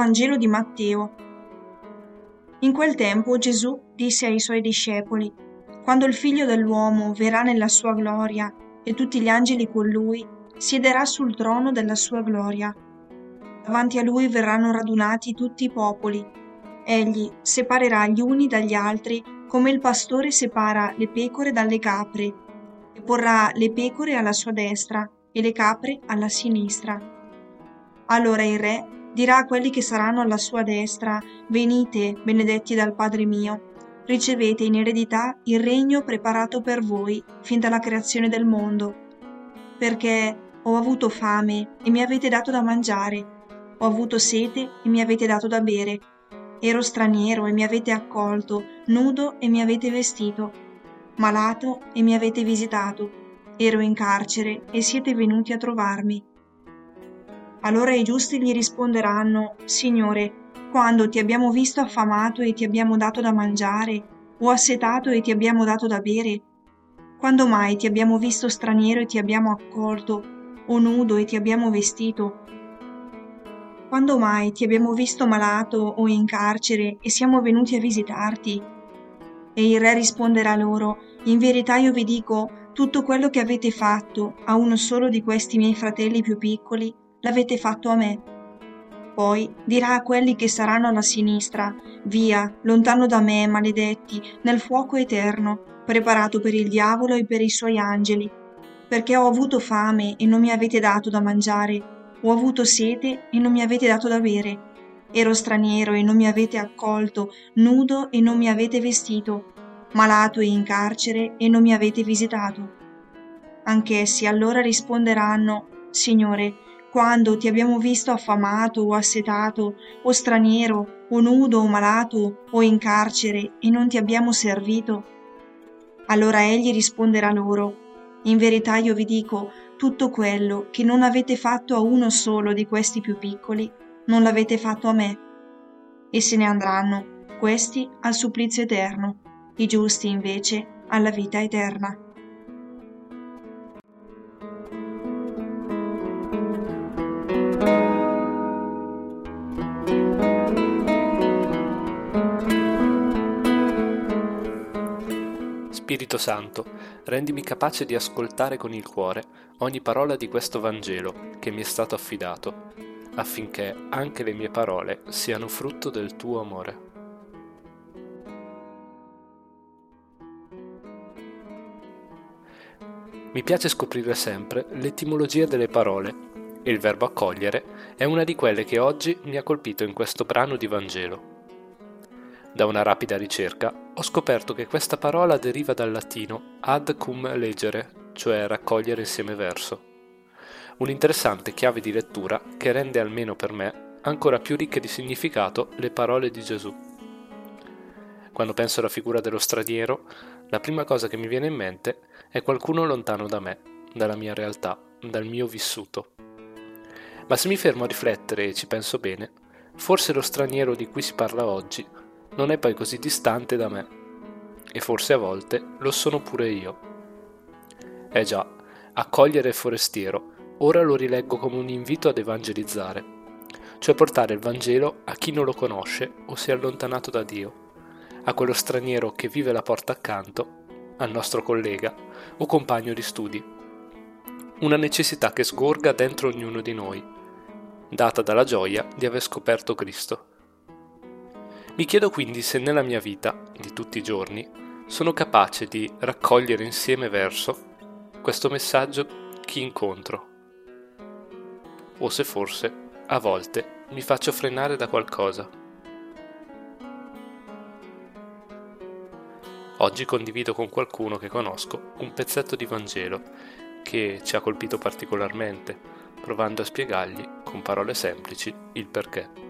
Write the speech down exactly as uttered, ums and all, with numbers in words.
Vangelo di Matteo. In quel tempo Gesù disse ai suoi discepoli: «Quando il Figlio dell'uomo verrà nella sua gloria e tutti gli angeli con lui, siederà sul trono della sua gloria. Davanti a lui verranno radunati tutti i popoli. Egli separerà gli uni dagli altri come il pastore separa le pecore dalle capre, e porrà le pecore alla sua destra e le capre alla sinistra. Allora il re dirà a quelli che saranno alla sua destra: venite, benedetti dal Padre mio, ricevete in eredità il regno preparato per voi fin dalla creazione del mondo. Perché ho avuto fame e mi avete dato da mangiare, ho avuto sete e mi avete dato da bere, ero straniero e mi avete accolto, nudo e mi avete vestito, malato e mi avete visitato, ero in carcere e siete venuti a trovarmi». Allora i giusti gli risponderanno: «Signore, quando ti abbiamo visto affamato e ti abbiamo dato da mangiare, o assetato e ti abbiamo dato da bere? Quando mai ti abbiamo visto straniero e ti abbiamo accolto, o nudo e ti abbiamo vestito? Quando mai ti abbiamo visto malato o in carcere e siamo venuti a visitarti?» E il re risponderà loro: «In verità io vi dico, tutto quello che avete fatto a uno solo di questi miei fratelli più piccoli, l'avete fatto a me». Poi dirà a quelli che saranno alla sinistra: «Via, lontano da me, maledetti, nel fuoco eterno, preparato per il diavolo e per i suoi angeli. Perché ho avuto fame e non mi avete dato da mangiare, ho avuto sete e non mi avete dato da bere, ero straniero e non mi avete accolto, nudo e non mi avete vestito, malato e in carcere e non mi avete visitato». Anch'essi allora risponderanno: «Signore, quando ti abbiamo visto affamato o assetato, o straniero, o nudo o malato, o in carcere, e non ti abbiamo servito?» Allora egli risponderà loro: «In verità io vi dico, tutto quello che non avete fatto a uno solo di questi più piccoli, non l'avete fatto a me». E se ne andranno, questi al supplizio eterno, i giusti invece alla vita eterna. Spirito Santo, rendimi capace di ascoltare con il cuore ogni parola di questo Vangelo che mi è stato affidato, affinché anche le mie parole siano frutto del tuo amore. Mi piace scoprire sempre l'etimologia delle parole e il verbo accogliere è una di quelle che oggi mi ha colpito in questo brano di Vangelo. Da una rapida ricerca ho scoperto che questa parola deriva dal latino ad cum legere, cioè raccogliere insieme verso. Un'interessante chiave di lettura che rende almeno per me ancora più ricche di significato le parole di Gesù. Quando penso alla figura dello straniero, la prima cosa che mi viene in mente è qualcuno lontano da me, dalla mia realtà, dal mio vissuto. Ma se mi fermo a riflettere e ci penso bene, forse lo straniero di cui si parla oggi non è poi così distante da me, e forse a volte lo sono pure io. Eh già, accogliere il forestiero ora lo rileggo come un invito ad evangelizzare, cioè portare il Vangelo a chi non lo conosce o si è allontanato da Dio, a quello straniero che vive alla porta accanto, al nostro collega o compagno di studi. Una necessità che sgorga dentro ognuno di noi, data dalla gioia di aver scoperto Cristo. Mi chiedo quindi se nella mia vita, di tutti i giorni, sono capace di raccogliere insieme verso questo messaggio chi incontro, o se forse, a volte, mi faccio frenare da qualcosa. Oggi condivido con qualcuno che conosco un pezzetto di Vangelo che ci ha colpito particolarmente, provando a spiegargli, con parole semplici, il perché.